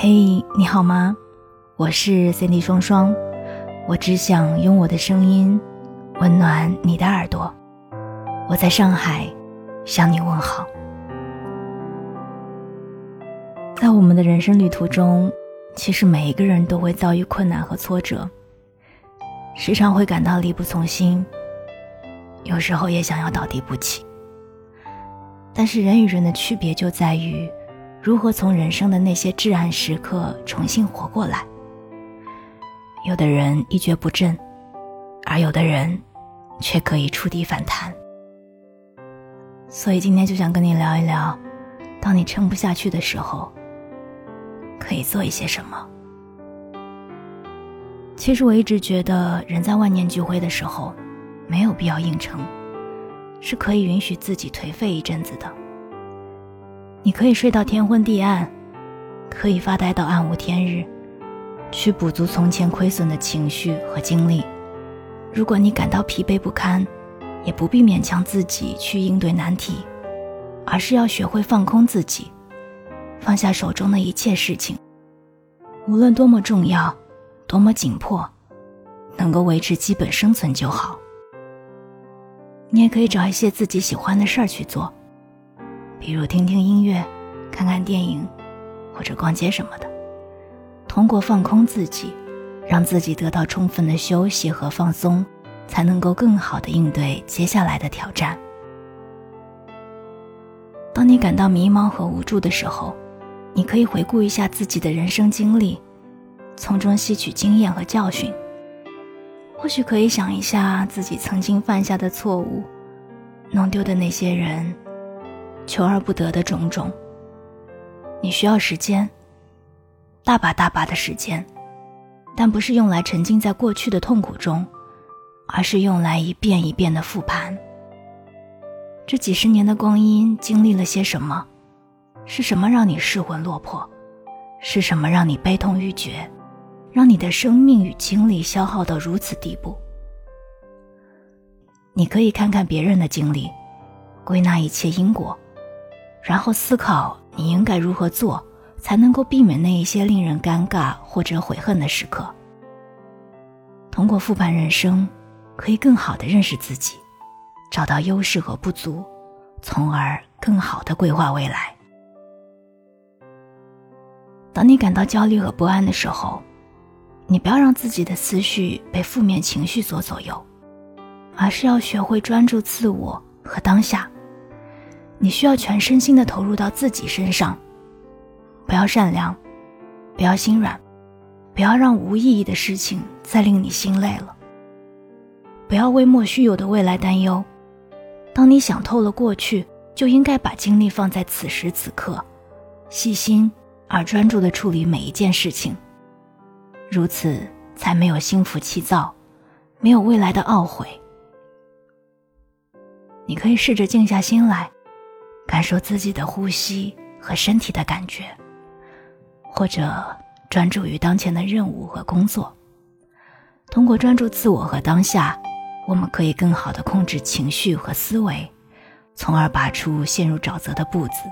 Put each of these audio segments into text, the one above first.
嘿，你好吗？我是 Cindy 双双，我只想用我的声音温暖你的耳朵。我在上海向你问好。在我们的人生旅途中，其实每一个人都会遭遇困难和挫折，时常会感到力不从心，有时候也想要倒地不起。但是人与人的区别就在于如何从人生的那些至暗时刻重新活过来。有的人一蹶不振，而有的人却可以触底反弹。所以今天就想跟你聊一聊，当你撑不下去的时候，可以做一些什么。其实我一直觉得人在万念俱灰的时候没有必要硬撑，是可以允许自己颓废一阵子的。你可以睡到天昏地暗，可以发呆到暗无天日，去补足从前亏损的情绪和精力。如果你感到疲惫不堪，也不必勉强自己去应对难题，而是要学会放空自己，放下手中的一切事情，无论多么重要，多么紧迫，能够维持基本生存就好。你也可以找一些自己喜欢的事儿去做，比如听听音乐，看看电影，或者逛街什么的。通过放空自己，让自己得到充分的休息和放松，才能够更好地应对接下来的挑战。当你感到迷茫和无助的时候，你可以回顾一下自己的人生经历，从中吸取经验和教训。或许可以想一下自己曾经犯下的错误，弄丢的那些人，求而不得的种种。你需要时间，大把大把的时间，但不是用来沉浸在过去的痛苦中，而是用来一遍一遍的复盘。这几十年的光阴经历了些什么？是什么让你失魂落魄？是什么让你悲痛欲绝？让你的生命与精力消耗到如此地步？你可以看看别人的经历，归纳一切因果，然后思考你应该如何做，才能够避免那一些令人尴尬或者悔恨的时刻。通过复盘人生，可以更好地认识自己，找到优势和不足，从而更好地规划未来。当你感到焦虑和不安的时候，你不要让自己的思绪被负面情绪所左右，而是要学会专注自我和当下。你需要全身心地投入到自己身上，不要善良，不要心软，不要让无意义的事情再令你心累了，不要为莫须有的未来担忧。当你想透了过去，就应该把精力放在此时此刻，细心而专注地处理每一件事情，如此才没有心浮气躁，没有未来的懊悔。你可以试着静下心来，感受自己的呼吸和身体的感觉，或者专注于当前的任务和工作。通过专注自我和当下，我们可以更好地控制情绪和思维，从而拔出陷入沼泽的步子。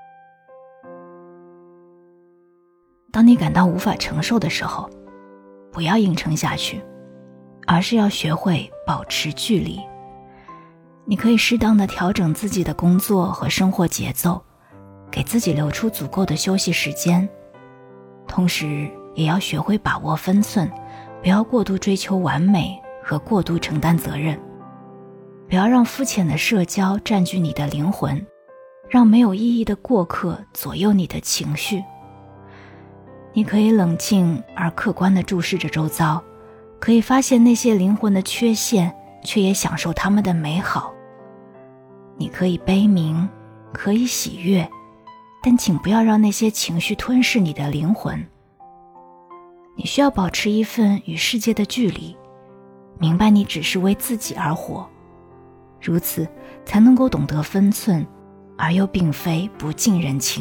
当你感到无法承受的时候，不要硬撑下去，而是要学会保持距离。你可以适当地调整自己的工作和生活节奏，给自己留出足够的休息时间，同时也要学会把握分寸，不要过度追求完美和过度承担责任。不要让肤浅的社交占据你的灵魂，让没有意义的过客左右你的情绪。你可以冷静而客观地注视着周遭，可以发现那些灵魂的缺陷，却也享受他们的美好。你可以悲鸣，可以喜悦，但请不要让那些情绪吞噬你的灵魂。你需要保持一份与世界的距离，明白你只是为自己而活，如此才能够懂得分寸，而又并非不近人情。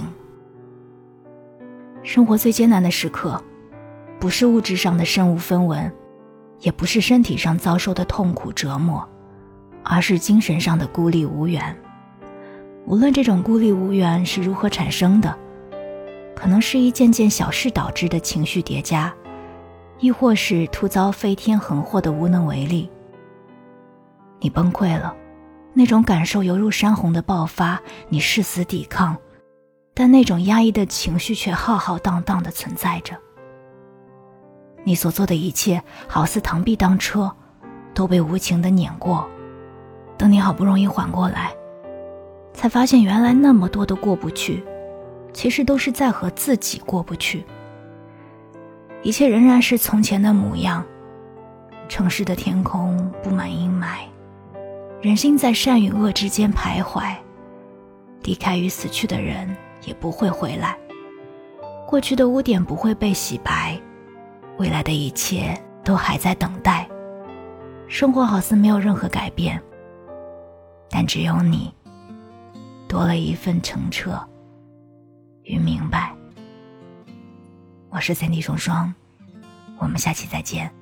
生活最艰难的时刻，不是物质上的身无分文，也不是身体上遭受的痛苦折磨，而是精神上的孤立无援。无论这种孤立无援是如何产生的， 可能是一件件小事导致的情绪叠加，亦或是突遭飞天横祸的无能为力。你崩溃了，那种感受犹如山洪的爆发，你誓死抵抗，但那种压抑的情绪却浩浩荡荡地存在着。你所做的一切好似螳臂当车，都被无情地碾过。等你好不容易缓过来，才发现原来那么多的过不去，其实都是在和自己过不去。一切仍然是从前的模样，城市的天空布满阴霾，人心在善与恶之间徘徊，离开与死去的人也不会回来，过去的污点不会被洗白，未来的一切都还在等待。生活好似没有任何改变，但只有你多了一份澄澈与明白。我是三弟双双，我们下期再见。